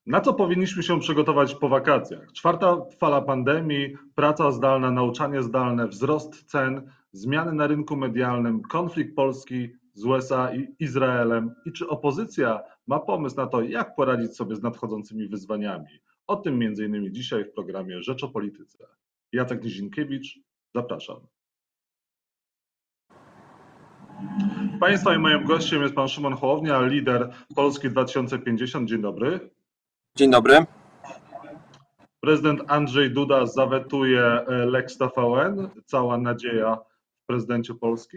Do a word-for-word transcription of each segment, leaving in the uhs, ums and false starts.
Na co powinniśmy się przygotować po wakacjach? Czwarta fala pandemii, praca zdalna, nauczanie zdalne, wzrost cen, zmiany na rynku medialnym, konflikt Polski z U S A i Izraelem. I czy opozycja ma pomysł na to, jak poradzić sobie z nadchodzącymi wyzwaniami? O tym między innymi dzisiaj w programie Rzecz o Polityce. Jacek Nizinkiewicz, zapraszam. Państwa i moim gościem jest pan Szymon Hołownia, lider Polski dwa tysiące pięćdziesiąt. Dzień dobry. Dzień dobry. Prezydent Andrzej Duda zawetuje Lex T V N. Cała nadzieja w prezydencie Polski?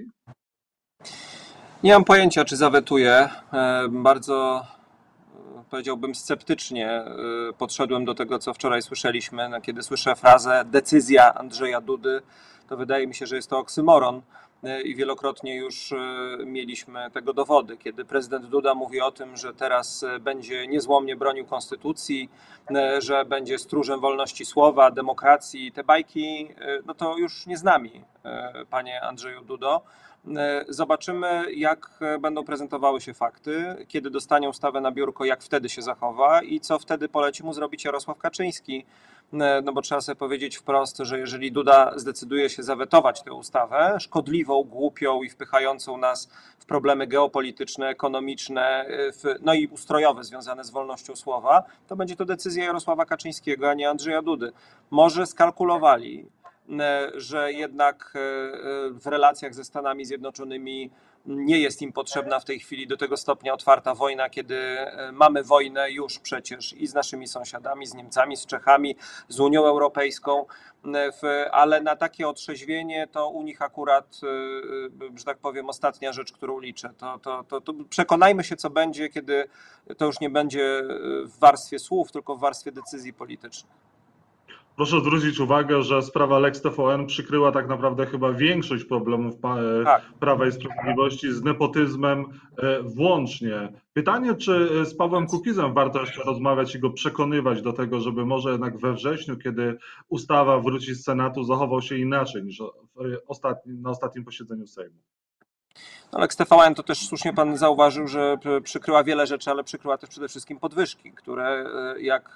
Nie mam pojęcia, czy zawetuje. Bardzo, powiedziałbym, sceptycznie podszedłem do tego, co wczoraj słyszeliśmy. Kiedy słyszę frazę decyzja Andrzeja Dudy, to wydaje mi się, że jest to oksymoron. I wielokrotnie już mieliśmy tego dowody, kiedy prezydent Duda mówi o tym, że teraz będzie niezłomnie bronił konstytucji, że będzie stróżem wolności słowa, demokracji. Te bajki, no to już nie z nami, panie Andrzeju Dudo. Zobaczymy, jak będą prezentowały się fakty, kiedy dostanie ustawę na biurko, jak wtedy się zachowa i co wtedy poleci mu zrobić Jarosław Kaczyński. No bo trzeba sobie powiedzieć wprost, że jeżeli Duda zdecyduje się zawetować tę ustawę, szkodliwą, głupią i wpychającą nas w problemy geopolityczne, ekonomiczne, no i ustrojowe związane z wolnością słowa, to będzie to decyzja Jarosława Kaczyńskiego, a nie Andrzeja Dudy. Może skalkulowali, że jednak w relacjach ze Stanami Zjednoczonymi nie jest im potrzebna w tej chwili do tego stopnia otwarta wojna, kiedy mamy wojnę już przecież i z naszymi sąsiadami, z Niemcami, z Czechami, z Unią Europejską, ale na takie otrzeźwienie to u nich akurat, że tak powiem, ostatnia rzecz, którą liczę. To, to, to, to przekonajmy się, co będzie, kiedy to już nie będzie w warstwie słów, tylko w warstwie decyzji politycznych. Proszę zwrócić uwagę, że sprawa Lex T V N przykryła tak naprawdę chyba większość problemów tak. Prawa i Sprawiedliwości z nepotyzmem włącznie. Pytanie, czy z Pawłem Kukizem warto jeszcze rozmawiać i go przekonywać do tego, żeby może jednak we wrześniu, kiedy ustawa wróci z Senatu, zachował się inaczej niż ostatni, na ostatnim posiedzeniu Sejmu. No, Lex T V N to też słusznie pan zauważył, że przykryła wiele rzeczy, ale przykryła też przede wszystkim podwyżki, które jak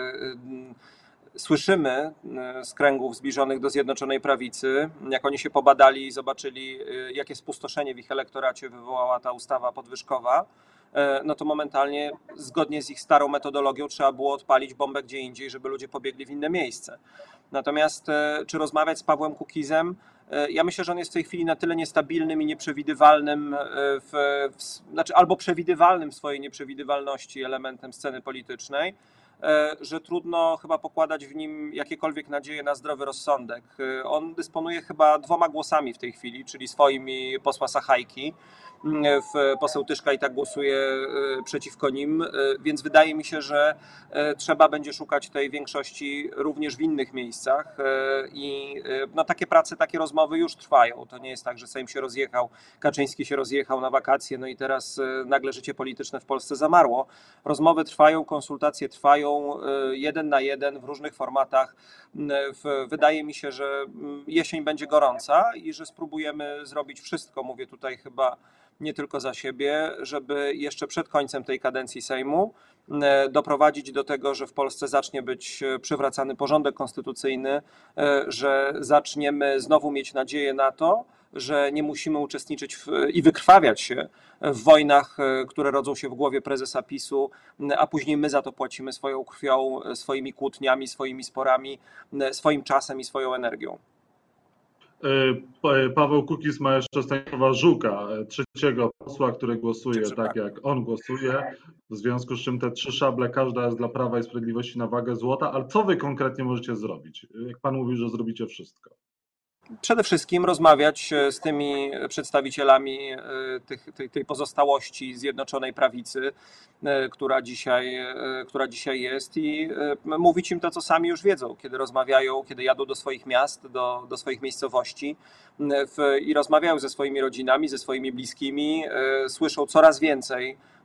słyszymy z kręgów zbliżonych do Zjednoczonej Prawicy, jak oni się pobadali i zobaczyli, jakie spustoszenie w ich elektoracie wywołała ta ustawa podwyżkowa, no to momentalnie zgodnie z ich starą metodologią trzeba było odpalić bombę gdzie indziej, żeby ludzie pobiegli w inne miejsce. Natomiast czy rozmawiać z Pawłem Kukizem? Ja myślę, że on jest w tej chwili na tyle niestabilnym i nieprzewidywalnym, w, w, znaczy albo przewidywalnym w swojej nieprzewidywalności elementem sceny politycznej, że trudno chyba pokładać w nim jakiekolwiek nadzieje na zdrowy rozsądek. On dysponuje chyba dwoma głosami w tej chwili, czyli swoim i posła Sachajki. Poseł Tyszka i tak głosuje przeciwko nim, więc wydaje mi się, że trzeba będzie szukać tej większości również w innych miejscach i no, takie prace, takie rozmowy już trwają. To nie jest tak, że Sejm się rozjechał, Kaczyński się rozjechał na wakacje, no i teraz nagle życie polityczne w Polsce zamarło. Rozmowy trwają, konsultacje trwają, jeden na jeden w różnych formatach. Wydaje mi się, że jesień będzie gorąca i że spróbujemy zrobić wszystko, mówię tutaj chyba nie tylko za siebie, żeby jeszcze przed końcem tej kadencji Sejmu doprowadzić do tego, że w Polsce zacznie być przywracany porządek konstytucyjny, że zaczniemy znowu mieć nadzieję na to, że nie musimy uczestniczyć w, i wykrwawiać się w wojnach, które rodzą się w głowie prezesa PiSu, a później my za to płacimy swoją krwią, swoimi kłótniami, swoimi sporami, swoim czasem i swoją energią. Paweł Kukiz ma jeszcze Stanisława Żuka, trzeciego posła, który głosuje tak, jak on głosuje, w związku z czym te trzy szable, każda jest dla Prawa i Sprawiedliwości na wagę złota, ale co wy konkretnie możecie zrobić? Jak pan mówi, że zrobicie wszystko? Przede wszystkim rozmawiać z tymi przedstawicielami tych, tej, tej pozostałości Zjednoczonej Prawicy, która dzisiaj, która dzisiaj jest i mówić im to, co sami już wiedzą, kiedy rozmawiają, kiedy jadą do swoich miast, do, do swoich miejscowości w, i rozmawiają ze swoimi rodzinami, ze swoimi bliskimi, słyszą coraz więcej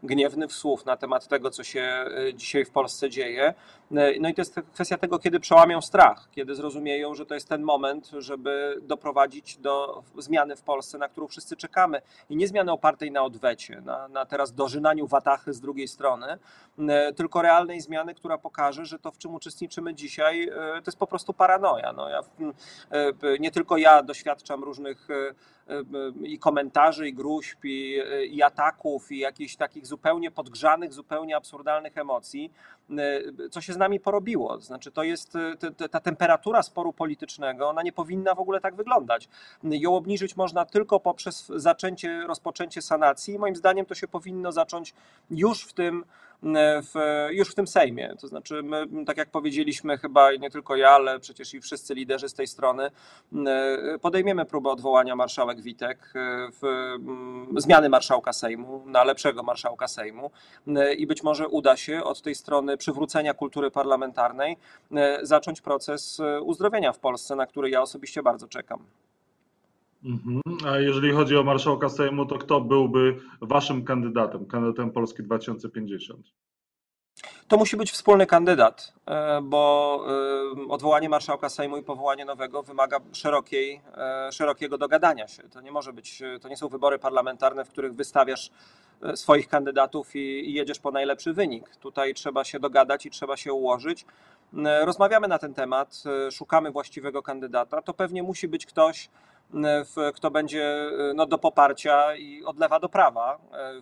gniewnych słów na temat tego, co się dzisiaj w Polsce dzieje. No i to jest kwestia tego, kiedy przełamią strach, kiedy zrozumieją, że to jest ten moment, żeby doprowadzić do zmiany w Polsce, na którą wszyscy czekamy. I nie zmiany opartej na odwecie, na, na teraz dożynaniu watachy z drugiej strony, tylko realnej zmiany, która pokaże, że to, w czym uczestniczymy dzisiaj, to jest po prostu paranoja. No ja, nie tylko ja doświadczam różnych i komentarzy, i gruźb, i, i ataków, i jakichś takich zupełnie podgrzanych, zupełnie absurdalnych emocji, co się z nami porobiło. Znaczy, to jest ta, ta temperatura sporu politycznego, ona nie powinna w ogóle tak wyglądać. Ją obniżyć można tylko poprzez zaczęcie, rozpoczęcie sanacji i moim zdaniem to się powinno zacząć już w tym W, już w tym Sejmie. To znaczy my, tak jak powiedzieliśmy, chyba nie tylko ja, ale przecież i wszyscy liderzy z tej strony, podejmiemy próbę odwołania marszałek Witek, w, zmiany marszałka Sejmu na lepszego marszałka Sejmu i być może uda się od tej strony przywrócenia kultury parlamentarnej zacząć proces uzdrowienia w Polsce, na który ja osobiście bardzo czekam. Mhm. A jeżeli chodzi o marszałka Sejmu, to kto byłby waszym kandydatem, kandydatem Polski dwa tysiące pięćdziesiąt? To musi być wspólny kandydat, bo odwołanie marszałka Sejmu i powołanie nowego wymaga szerokiej, szerokiego dogadania się. To nie może być, to nie są wybory parlamentarne, w których wystawiasz swoich kandydatów i, i jedziesz po najlepszy wynik. Tutaj trzeba się dogadać i trzeba się ułożyć. Rozmawiamy na ten temat, szukamy właściwego kandydata. To pewnie musi być ktoś, kto będzie no, do poparcia i od lewa do prawa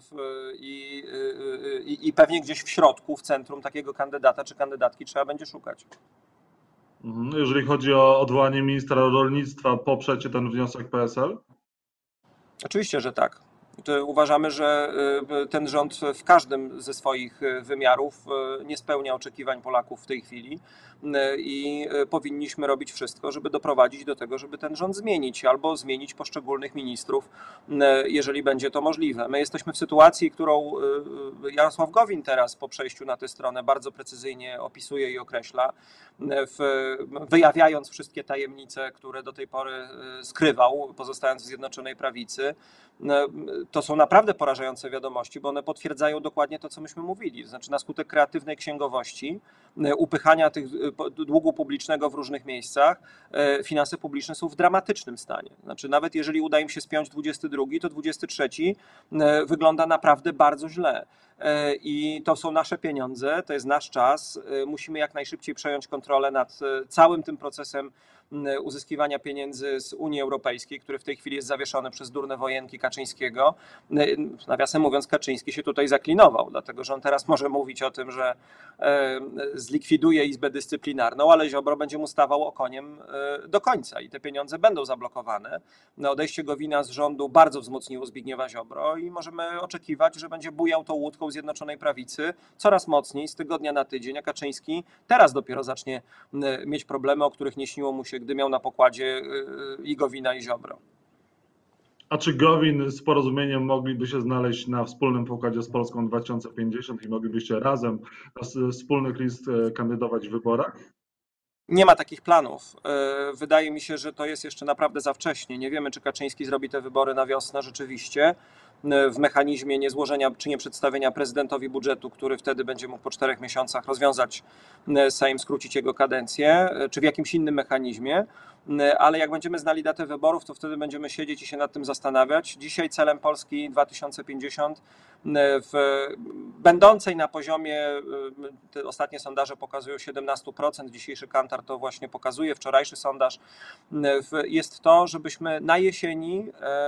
i, i, i pewnie gdzieś w środku, w centrum takiego kandydata czy kandydatki trzeba będzie szukać. Jeżeli chodzi o odwołanie ministra rolnictwa, poprzecie ten wniosek P S L? Oczywiście, że tak. Uważamy, że ten rząd w każdym ze swoich wymiarów nie spełnia oczekiwań Polaków w tej chwili i powinniśmy robić wszystko, żeby doprowadzić do tego, żeby ten rząd zmienić albo zmienić poszczególnych ministrów, jeżeli będzie to możliwe. My jesteśmy w sytuacji, którą Jarosław Gowin teraz po przejściu na tę stronę bardzo precyzyjnie opisuje i określa, wyjawiając wszystkie tajemnice, które do tej pory skrywał, pozostając w Zjednoczonej Prawicy. To są naprawdę porażające wiadomości, bo one potwierdzają dokładnie to, co myśmy mówili. Znaczy na skutek kreatywnej księgowości, upychania tych długu publicznego w różnych miejscach, finanse publiczne są w dramatycznym stanie. Znaczy nawet jeżeli uda im się spiąć dwudziesty drugi, to dwudziesty trzeci wygląda naprawdę bardzo źle. I to są nasze pieniądze, to jest nasz czas. Musimy jak najszybciej przejąć kontrolę nad całym tym procesem uzyskiwania pieniędzy z Unii Europejskiej, który w tej chwili jest zawieszony przez durne wojenki Kaczyńskiego. Nawiasem mówiąc, Kaczyński się tutaj zaklinował, dlatego że on teraz może mówić o tym, że zlikwiduje Izbę Dyscyplinarną, ale Ziobro będzie mu stawał okoniem do końca i te pieniądze będą zablokowane. Odejście Gowina z rządu bardzo wzmocniło Zbigniewa Ziobro i możemy oczekiwać, że będzie bujał tą łódką Zjednoczonej Prawicy coraz mocniej z tygodnia na tydzień, a Kaczyński teraz dopiero zacznie mieć problemy, o których nie śniło mu się, gdy miał na pokładzie i Gowina, i Ziobro. A czy Gowin z Porozumieniem mogliby się znaleźć na wspólnym pokładzie z Polską dwa tysiące pięćdziesiąt i moglibyście razem na wspólnych list kandydować w wyborach? Nie ma takich planów. Wydaje mi się, że to jest jeszcze naprawdę za wcześnie. Nie wiemy, czy Kaczyński zrobi te wybory na wiosnę rzeczywiście w mechanizmie niezłożenia czy nie przedstawienia prezydentowi budżetu, który wtedy będzie mógł po czterech miesiącach rozwiązać Sejm, skrócić jego kadencję, czy w jakimś innym mechanizmie. Ale jak będziemy znali datę wyborów, to wtedy będziemy siedzieć i się nad tym zastanawiać. Dzisiaj celem Polski dwa tysiące pięćdziesiąt, w, będącej na poziomie, te ostatnie sondaże pokazują siedemnaście procent, dzisiejszy Kantar to właśnie pokazuje, wczorajszy sondaż, jest to, żebyśmy na jesieni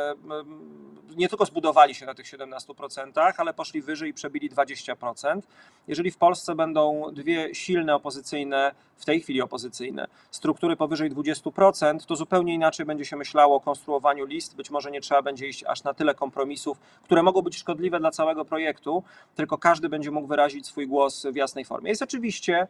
nie tylko zbudowali się na tych siedemnastu procentach, ale poszli wyżej i przebili dwadzieścia procent. Jeżeli w Polsce będą dwie silne opozycyjne, w tej chwili opozycyjne, struktury powyżej dwudziestu procent, to zupełnie inaczej będzie się myślało o konstruowaniu list. Być może nie trzeba będzie iść aż na tyle kompromisów, które mogą być szkodliwe dla całego projektu, tylko każdy będzie mógł wyrazić swój głos w jasnej formie. Jest oczywiście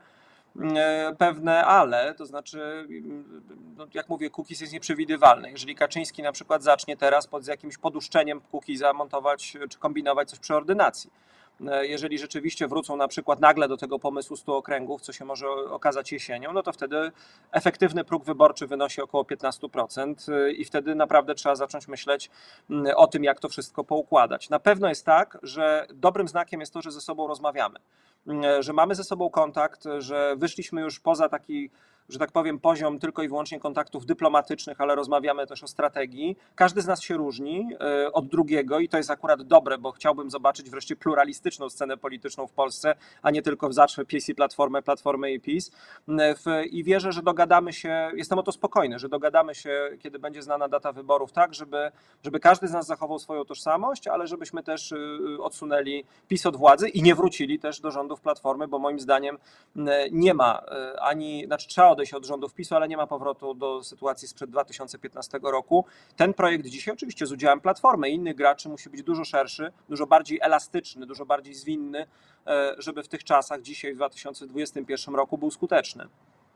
pewne ale, to znaczy, no jak mówię, cookies jest nieprzewidywalny. Jeżeli Kaczyński na przykład zacznie teraz pod jakimś poduszczeniem cookiesa montować czy kombinować coś przy ordynacji, Jeżeli rzeczywiście wrócą na przykład nagle do tego pomysłu stu okręgów, co się może okazać jesienią, no to wtedy efektywny próg wyborczy wynosi około piętnaście procent i wtedy naprawdę trzeba zacząć myśleć o tym, jak to wszystko poukładać. Na pewno jest tak, że dobrym znakiem jest to, że ze sobą rozmawiamy, że mamy ze sobą kontakt, że wyszliśmy już poza taki, że tak powiem, poziom tylko i wyłącznie kontaktów dyplomatycznych, ale rozmawiamy też o strategii. Każdy z nas się różni od drugiego i to jest akurat dobre, bo chciałbym zobaczyć wreszcie pluralistyczną scenę polityczną w Polsce, a nie tylko w zaczwę P iS i Platformę, Platformę i PiS. I wierzę, że dogadamy się, jestem o to spokojny, że dogadamy się, kiedy będzie znana data wyborów, tak, żeby, żeby każdy z nas zachował swoją tożsamość, ale żebyśmy też odsunęli PiS od władzy i nie wrócili też do rządów Platformy, bo moim zdaniem nie ma ani, znaczy trzeba odejść od rządów PiSu, ale nie ma powrotu do sytuacji sprzed dwa tysiące piętnastego roku. Ten projekt dzisiaj oczywiście z udziałem Platformy i innych graczy musi być dużo szerszy, dużo bardziej elastyczny, dużo bardziej zwinny, żeby w tych czasach dzisiaj w dwa tysiące dwudziestym pierwszym roku był skuteczny.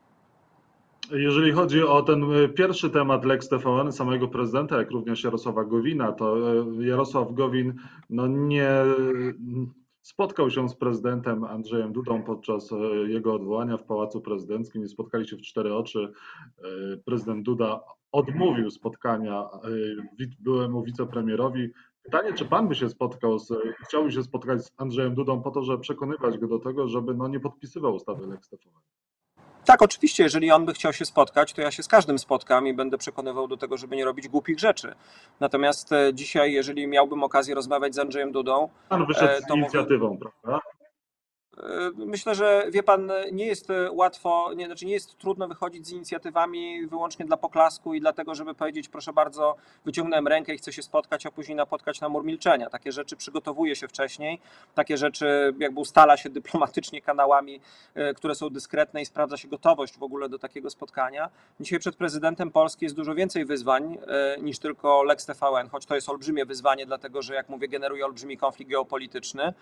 Jeżeli chodzi o ten pierwszy temat Lex T V N samego prezydenta, jak również Jarosława Gowina, to Jarosław Gowin no nie spotkał się z prezydentem Andrzejem Dudą podczas jego odwołania w Pałacu Prezydenckim. Nie spotkali się w cztery oczy. Prezydent Duda odmówił spotkania byłemu wicepremierowi. Pytanie, czy pan by się spotkał, z, chciałby się spotkać z Andrzejem Dudą po to, żeby przekonywać go do tego, żeby no nie podpisywał ustawy Lex T V N? Tak, oczywiście, jeżeli on by chciał się spotkać, to ja się z każdym spotkam i będę przekonywał do tego, żeby nie robić głupich rzeczy. Natomiast dzisiaj, jeżeli miałbym okazję rozmawiać z Andrzejem Dudą, pan wyszedł z inicjatywą, mówię, prawda? Myślę, że wie pan, nie jest łatwo, nie, znaczy nie jest trudno wychodzić z inicjatywami wyłącznie dla poklasku i dlatego, żeby powiedzieć, proszę bardzo, wyciągnąłem rękę i chcę się spotkać, a później napotkać na mur milczenia. Takie rzeczy przygotowuje się wcześniej, takie rzeczy jakby ustala się dyplomatycznie kanałami, które są dyskretne i sprawdza się gotowość w ogóle do takiego spotkania. Dzisiaj przed prezydentem Polski jest dużo więcej wyzwań niż tylko Lex T V N, choć to jest olbrzymie wyzwanie, dlatego że, jak mówię, generuje olbrzymi konflikt geopolityczny,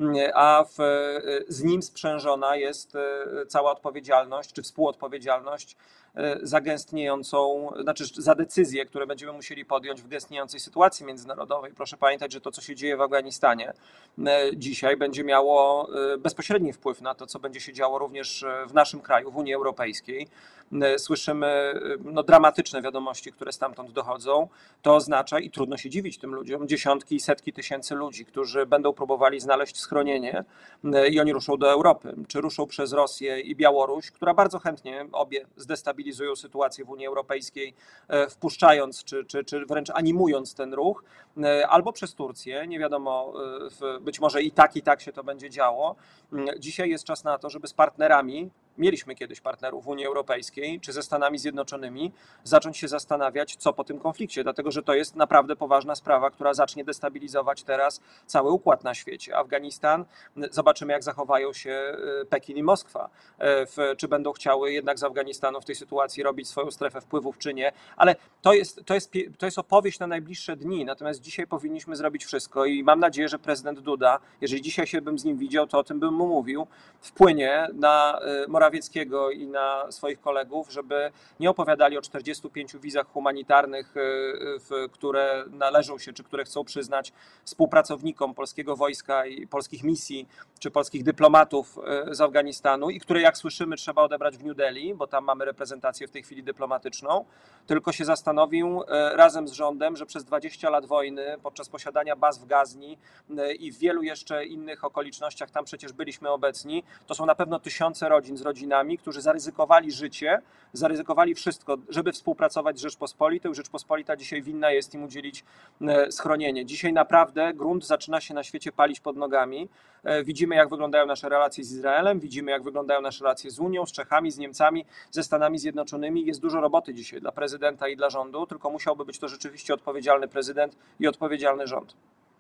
a w z nim sprzężona jest cała odpowiedzialność czy współodpowiedzialność za gęstniejącą, znaczy za decyzje, które będziemy musieli podjąć w gęstniejącej sytuacji międzynarodowej. Proszę pamiętać, że to, co się dzieje w Afganistanie dzisiaj, będzie miało bezpośredni wpływ na to, co będzie się działo również w naszym kraju, w Unii Europejskiej. Słyszymy no, dramatyczne wiadomości, które stamtąd dochodzą. To oznacza, i trudno się dziwić tym ludziom, dziesiątki i setki tysięcy ludzi, którzy będą próbowali znaleźć schronienie i oni ruszą do Europy, czy ruszą przez Rosję i Białoruś, która bardzo chętnie obie zdestabilizują sytuację w Unii Europejskiej, wpuszczając czy, czy, czy wręcz animując ten ruch, albo przez Turcję, nie wiadomo, być może i tak, i tak się to będzie działo. Dzisiaj jest czas na to, żeby z partnerami, mieliśmy kiedyś partnerów w Unii Europejskiej, czy ze Stanami Zjednoczonymi, zacząć się zastanawiać, co po tym konflikcie, dlatego że to jest naprawdę poważna sprawa, która zacznie destabilizować teraz cały układ na świecie. Afganistan, zobaczymy, jak zachowają się Pekin i Moskwa, czy będą chciały jednak z Afganistanu w tej sytuacji robić swoją strefę wpływów, czy nie, ale to jest, to jest, to jest opowieść na najbliższe dni, natomiast dzisiaj powinniśmy zrobić wszystko i mam nadzieję, że prezydent Duda, jeżeli dzisiaj się bym z nim widział, to o tym bym mu mówił, wpłynie na Morawieckiego i na swoich kolegów, żeby nie opowiadali o czterdziestu pięciu wizach humanitarnych, które należą się, czy które chcą przyznać współpracownikom polskiego wojska i polskich misji, czy polskich dyplomatów z Afganistanu i które, jak słyszymy, trzeba odebrać w New Delhi, bo tam mamy reprezentację w tej chwili dyplomatyczną, tylko się zastanowił razem z rządem, że przez dwadzieścia lat wojny, podczas posiadania baz w Gazni i w wielu jeszcze innych okolicznościach, tam przecież byliśmy obecni, to są na pewno tysiące rodzin z rodzinami, którzy zaryzykowali życie, zaryzykowali wszystko, żeby współpracować z Rzeczpospolitą. Rzeczpospolita dzisiaj winna jest im udzielić schronienie. Dzisiaj naprawdę grunt zaczyna się na świecie palić pod nogami. Widzimy, jak wyglądają nasze relacje z Izraelem, widzimy, jak wyglądają nasze relacje z Unią, z Czechami, z Niemcami, ze Stanami Zjednoczonymi. Jest dużo roboty dzisiaj dla prezydenta i dla rządu, tylko musiałby być to rzeczywiście odpowiedzialny prezydent i odpowiedzialny rząd.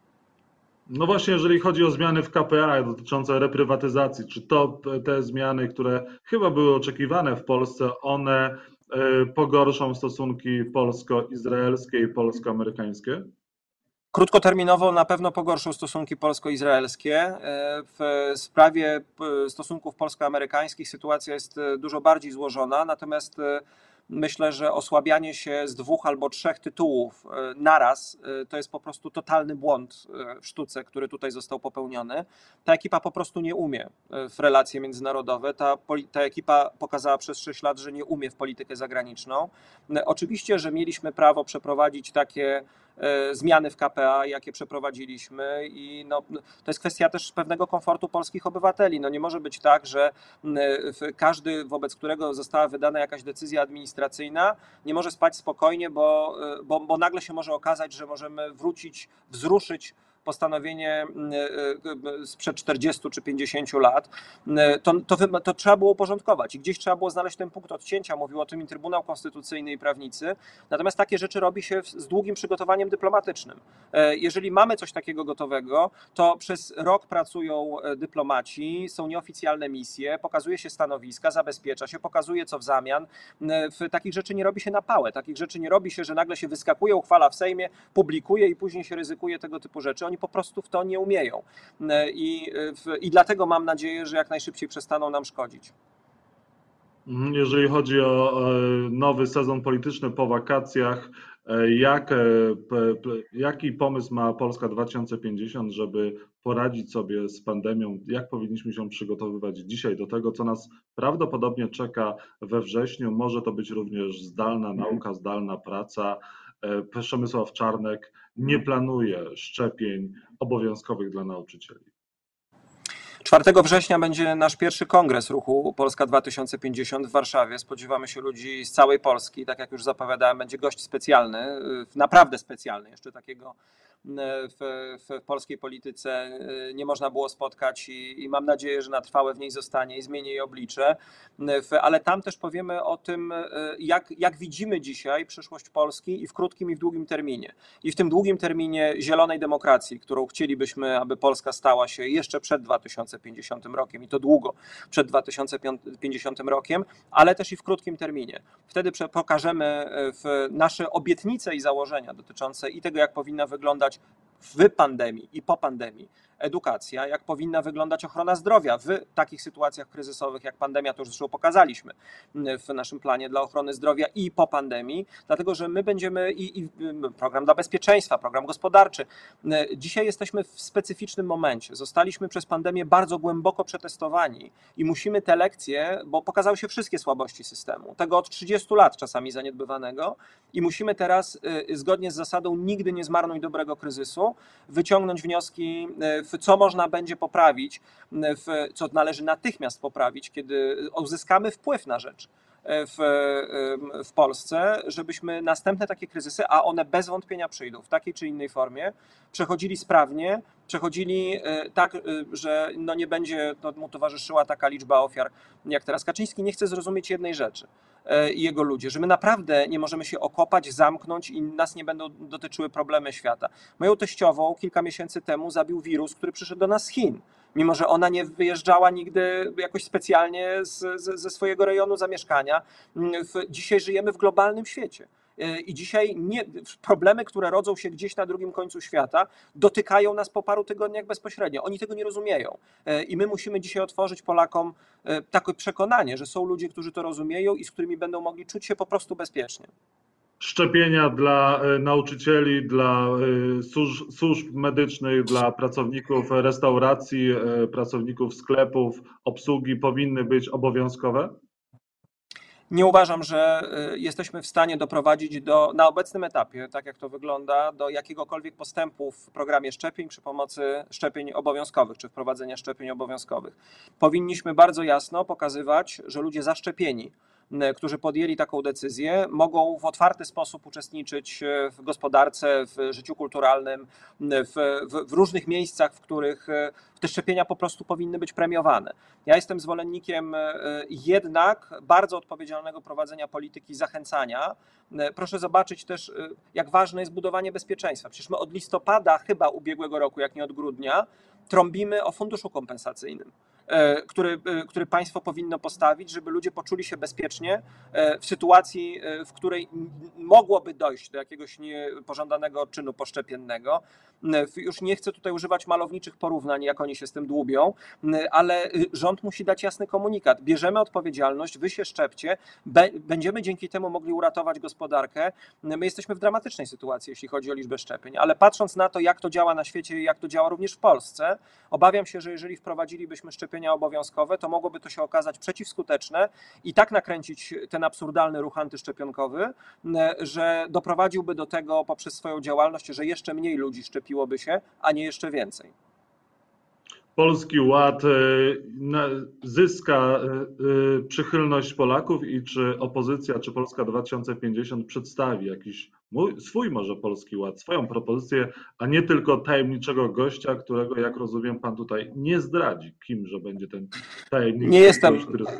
No właśnie, jeżeli chodzi o zmiany w K P R dotyczące reprywatyzacji, czy to te zmiany, które chyba były oczekiwane w Polsce, one pogorszą stosunki polsko-izraelskie i polsko-amerykańskie? Krótkoterminowo na pewno pogorszą stosunki polsko-izraelskie. W sprawie stosunków polsko-amerykańskich sytuacja jest dużo bardziej złożona, natomiast myślę, że osłabianie się z dwóch albo trzech tytułów naraz to jest po prostu totalny błąd w sztuce, który tutaj został popełniony. Ta ekipa po prostu nie umie w relacje międzynarodowe. Ta, ta ekipa pokazała przez sześć lat, że nie umie w politykę zagraniczną. Oczywiście, że mieliśmy prawo przeprowadzić takie zmiany w K P A, jakie przeprowadziliśmy i no, to jest kwestia też pewnego komfortu polskich obywateli. No nie może być tak, że każdy, wobec którego została wydana jakaś decyzja administracyjna, nie może spać spokojnie, bo, bo, bo nagle się może okazać, że możemy wrócić, wzruszyć postanowienie sprzed czterdziestu czy pięćdziesięciu lat, to, to, to trzeba było uporządkować i gdzieś trzeba było znaleźć ten punkt odcięcia, mówił o tym i Trybunał Konstytucyjny i prawnicy, natomiast takie rzeczy robi się z długim przygotowaniem dyplomatycznym. Jeżeli mamy coś takiego gotowego, to przez rok pracują dyplomaci, są nieoficjalne misje, pokazuje się stanowiska, zabezpiecza się, pokazuje co w zamian. Takich rzeczy nie robi się na pałę, takich rzeczy nie robi się, że nagle się wyskakuje, uchwala w Sejmie, publikuje i później się ryzykuje tego typu rzeczy. Oni po prostu w to nie umieją. I, I dlatego mam nadzieję, że jak najszybciej przestaną nam szkodzić. Jeżeli chodzi o nowy sezon polityczny po wakacjach, jak, jaki pomysł ma Polska dwa tysiące pięćdziesiąt, żeby poradzić sobie z pandemią? Jak powinniśmy się przygotowywać dzisiaj do tego, co nas prawdopodobnie czeka we wrześniu? Może to być również zdalna nauka, zdalna praca. Przemysław Czarnek nie planuje szczepień obowiązkowych dla nauczycieli. czwartego września będzie nasz pierwszy kongres ruchu Polska dwa tysiące pięćdziesiąt w Warszawie. Spodziewamy się ludzi z całej Polski. Tak jak już zapowiadałem, będzie gość specjalny, naprawdę specjalny, jeszcze takiego w, w polskiej polityce nie można było spotkać i, i mam nadzieję, że na trwałe w niej zostanie i zmieni jej oblicze. Ale tam też powiemy o tym, jak, jak widzimy dzisiaj przyszłość Polski i w krótkim i w długim terminie. I w tym długim terminie zielonej demokracji, którą chcielibyśmy, aby Polska stała się jeszcze przed dwa tysiące pięćdziesiątym rokiem i to długo przed dwa tysiące pięćdziesiątym rokiem, ale też i w krótkim terminie. Wtedy pokażemy w nasze obietnice i założenia dotyczące i tego, jak powinna wyglądać w pandemii i po pandemii edukacja, jak powinna wyglądać ochrona zdrowia w takich sytuacjach kryzysowych jak pandemia, to już zresztą pokazaliśmy w naszym planie dla ochrony zdrowia i po pandemii, dlatego że my będziemy i, i program dla bezpieczeństwa, program gospodarczy. Dzisiaj jesteśmy w specyficznym momencie. Zostaliśmy przez pandemię bardzo głęboko przetestowani i musimy te lekcje, bo pokazały się wszystkie słabości systemu, tego od trzydziestu lat czasami zaniedbywanego i musimy teraz zgodnie z zasadą nigdy nie zmarnuj dobrego kryzysu, wyciągnąć wnioski, co można będzie poprawić, co należy natychmiast poprawić, kiedy uzyskamy wpływ na rzecz w, w Polsce, żebyśmy następne takie kryzysy, a one bez wątpienia przyjdą w takiej czy innej formie, przechodzili sprawnie, przechodzili tak, że no nie będzie mu towarzyszyła taka liczba ofiar jak teraz. Kaczyński nie chce zrozumieć jednej rzeczy i jego ludzie, że my naprawdę nie możemy się okopać, zamknąć i nas nie będą dotyczyły problemy świata. Moją teściową kilka miesięcy temu zabił wirus, który przyszedł do nas z Chin. Mimo że ona nie wyjeżdżała nigdy jakoś specjalnie z, z, ze swojego rejonu zamieszkania. Dzisiaj żyjemy w globalnym świecie. I dzisiaj nie, problemy, które rodzą się gdzieś na drugim końcu świata, dotykają nas po paru tygodniach bezpośrednio. Oni tego nie rozumieją. I my musimy dzisiaj otworzyć Polakom takie przekonanie, że są ludzie, którzy to rozumieją i z którymi będą mogli czuć się po prostu bezpiecznie. Szczepienia dla nauczycieli, dla służb, służb medycznych, dla pracowników restauracji, pracowników sklepów, obsługi powinny być obowiązkowe? Nie uważam, że jesteśmy w stanie doprowadzić do, na obecnym etapie, tak jak to wygląda, do jakiegokolwiek postępu w programie szczepień przy pomocy szczepień obowiązkowych, czy wprowadzenia szczepień obowiązkowych. Powinniśmy bardzo jasno pokazywać, że ludzie zaszczepieni, którzy podjęli taką decyzję, mogą w otwarty sposób uczestniczyć w gospodarce, w życiu kulturalnym, w, w, w różnych miejscach, w których te szczepienia po prostu powinny być premiowane. Ja jestem zwolennikiem jednak bardzo odpowiedzialnego prowadzenia polityki zachęcania. Proszę zobaczyć też, jak ważne jest budowanie bezpieczeństwa. Przecież my od listopada chyba ubiegłego roku, jak nie od grudnia, trąbimy o funduszu kompensacyjnym. który, który państwo powinno postawić, żeby ludzie poczuli się bezpiecznie w sytuacji, w której mogłoby dojść do jakiegoś niepożądanego czynu poszczepiennego. Już nie chcę tutaj używać malowniczych porównań, jak oni się z tym dłubią, ale rząd musi dać jasny komunikat. Bierzemy odpowiedzialność, wy się szczepcie, będziemy dzięki temu mogli uratować gospodarkę. My jesteśmy w dramatycznej sytuacji, jeśli chodzi o liczbę szczepień, ale patrząc na to, jak to działa na świecie i jak to działa również w Polsce, obawiam się, że jeżeli wprowadzilibyśmy szczepienia obowiązkowe, to mogłoby to się okazać przeciwskuteczne i tak nakręcić ten absurdalny ruch antyszczepionkowy, że doprowadziłby do tego poprzez swoją działalność, że jeszcze mniej ludzi szczepiłoby się, a nie jeszcze więcej. Polski Ład zyska przychylność Polaków i czy opozycja, czy Polska dwa tysiące pięćdziesiąt przedstawi jakiś mój, swój może Polski Ład, swoją propozycję, a nie tylko tajemniczego gościa, którego, jak rozumiem, pan tutaj nie zdradzi, kimże będzie ten tajemniczy nie jestem... gość, który...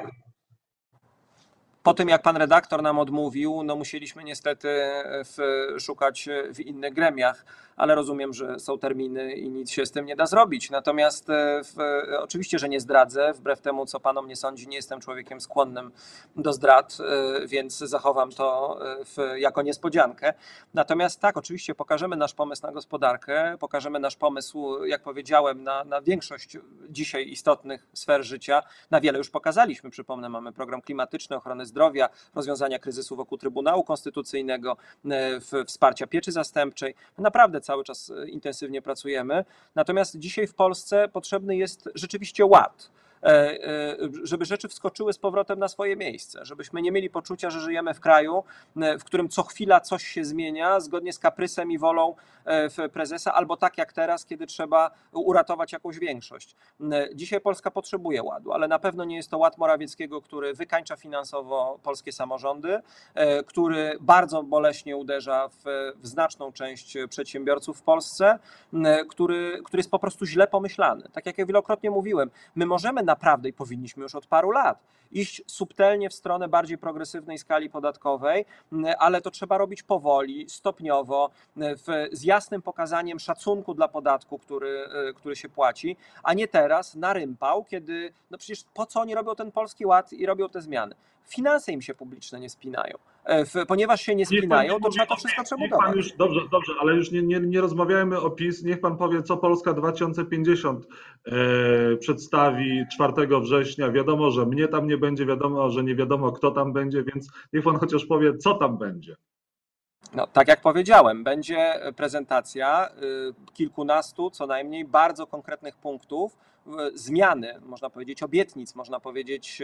Po tym, jak pan redaktor nam odmówił, no musieliśmy niestety w, szukać w innych gremiach, ale rozumiem, że są terminy i nic się z tym nie da zrobić. Natomiast w, oczywiście, że nie zdradzę, wbrew temu, co pan o mnie sądzi, nie jestem człowiekiem skłonnym do zdrad, więc zachowam to w, jako niespodziankę. Natomiast tak, oczywiście pokażemy nasz pomysł na gospodarkę, pokażemy nasz pomysł, jak powiedziałem, na, na większość dzisiaj istotnych sfer życia. Na wiele już pokazaliśmy, przypomnę, mamy program klimatyczny, ochrony zdrowia, rozwiązania kryzysu wokół Trybunału Konstytucyjnego, wsparcia pieczy zastępczej. Naprawdę cały czas intensywnie pracujemy. Natomiast dzisiaj w Polsce potrzebny jest rzeczywiście ład, żeby rzeczy wskoczyły z powrotem na swoje miejsce, żebyśmy nie mieli poczucia, że żyjemy w kraju, w którym co chwila coś się zmienia zgodnie z kaprysem i wolą prezesa, albo tak jak teraz, kiedy trzeba uratować jakąś większość. Dzisiaj Polska potrzebuje ładu, ale na pewno nie jest to ład Morawieckiego, który wykańcza finansowo polskie samorządy, który bardzo boleśnie uderza w, w znaczną część przedsiębiorców w Polsce, który, który jest po prostu źle pomyślany. Tak jak ja wielokrotnie mówiłem, my możemy naprawdę i powinniśmy już od paru lat iść subtelnie w stronę bardziej progresywnej skali podatkowej, ale to trzeba robić powoli, stopniowo, w, z jasnym pokazaniem szacunku dla podatku, który, który się płaci, a nie teraz na rympał, kiedy no przecież po co oni robią ten Polski Ład i robią te zmiany? Finanse im się publiczne nie spinają. Ponieważ się nie spinają, to trzeba to wszystko przebudować. Już, dobrze, dobrze, ale już nie, nie, nie rozmawiajmy o PiS. Niech pan powie, co Polska dwa tysiące pięćdziesiąt e, przedstawi czwartego września. Wiadomo, że mnie tam nie będzie, wiadomo, że nie wiadomo, kto tam będzie, więc niech pan chociaż powie, co tam będzie. No, tak jak powiedziałem, będzie prezentacja kilkunastu, co najmniej, bardzo konkretnych punktów, zmiany, można powiedzieć, obietnic, można powiedzieć,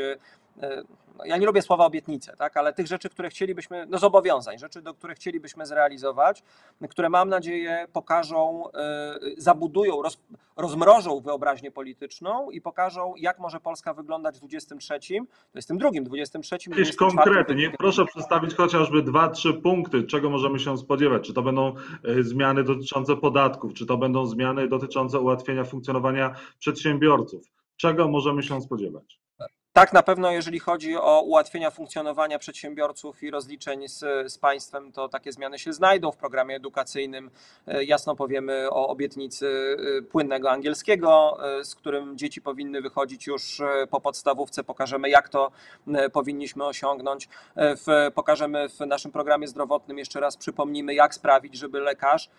no, ja nie lubię słowa obietnice, tak, ale tych rzeczy, które chcielibyśmy, no zobowiązań, rzeczy, do których chcielibyśmy zrealizować, które mam nadzieję pokażą, zabudują, roz, rozmrożą wyobraźnię polityczną i pokażą, jak może Polska wyglądać w dwudziestym trzecim, dwudziestym drugim, dwudziestym trzecim, Jakieś konkrety, nie? Proszę przedstawić chociażby dwa, trzy punkty, czego możemy się spodziewać. Czy to będą zmiany dotyczące podatków, czy to będą zmiany dotyczące ułatwienia funkcjonowania przedsiębiorców. Czego możemy się spodziewać? Tak, na pewno jeżeli chodzi o ułatwienia funkcjonowania przedsiębiorców i rozliczeń z, z państwem, to takie zmiany się znajdą w programie edukacyjnym. Jasno powiemy o obietnicy płynnego angielskiego, z którym dzieci powinny wychodzić już po podstawówce. Pokażemy, jak to powinniśmy osiągnąć. W, pokażemy w naszym programie zdrowotnym, jeszcze raz przypomnimy, jak sprawić, żeby lekarz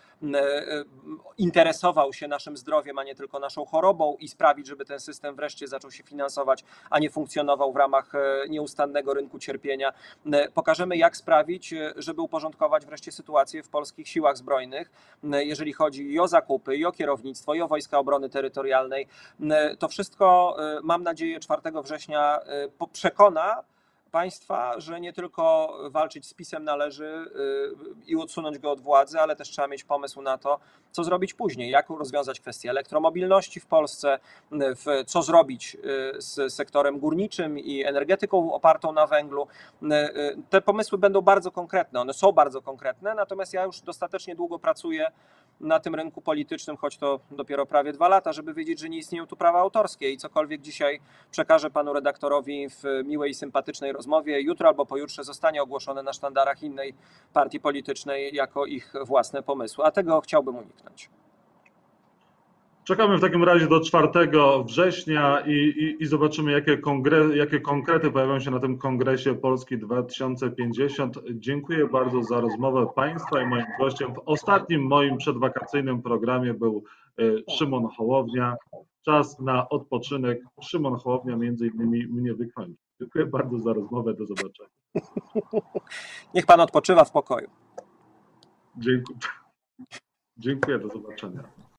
interesował się naszym zdrowiem, a nie tylko naszą chorobą i sprawić, żeby ten system wreszcie zaczął się finansować, a nie funkcjonował w ramach nieustannego rynku cierpienia. Pokażemy, jak sprawić, żeby uporządkować wreszcie sytuację w polskich siłach zbrojnych, jeżeli chodzi i o zakupy, i o kierownictwo, i o Wojska Obrony Terytorialnej. To wszystko, mam nadzieję, czwartego września przekona państwa, że nie tylko walczyć z PiS-em należy i odsunąć go od władzy, ale też trzeba mieć pomysł na to, co zrobić później, jak rozwiązać kwestię elektromobilności w Polsce, co zrobić z sektorem górniczym i energetyką opartą na węglu. Te pomysły będą bardzo konkretne, one są bardzo konkretne, natomiast ja już dostatecznie długo pracuję na tym rynku politycznym, choć to dopiero prawie dwa lata, żeby wiedzieć, że nie istnieją tu prawa autorskie i cokolwiek dzisiaj przekażę panu redaktorowi w miłej i sympatycznej rozmowie, jutro albo pojutrze zostanie ogłoszone na sztandarach innej partii politycznej jako ich własne pomysły, a tego chciałbym uniknąć. Czekamy w takim razie do czwartego września i, i, i zobaczymy, jakie, kongre, jakie konkrety pojawią się na tym Kongresie Polski dwa tysiące pięćdziesiąt. Dziękuję bardzo za rozmowę Państwa i moim gościem w ostatnim moim przedwakacyjnym programie był Szymon Hołownia. Czas na odpoczynek. Szymon Hołownia między innymi mnie wykończy. Dziękuję bardzo za rozmowę. Do zobaczenia. Niech Pan odpoczywa w pokoju. Dziękuję. Dziękuję. Do zobaczenia.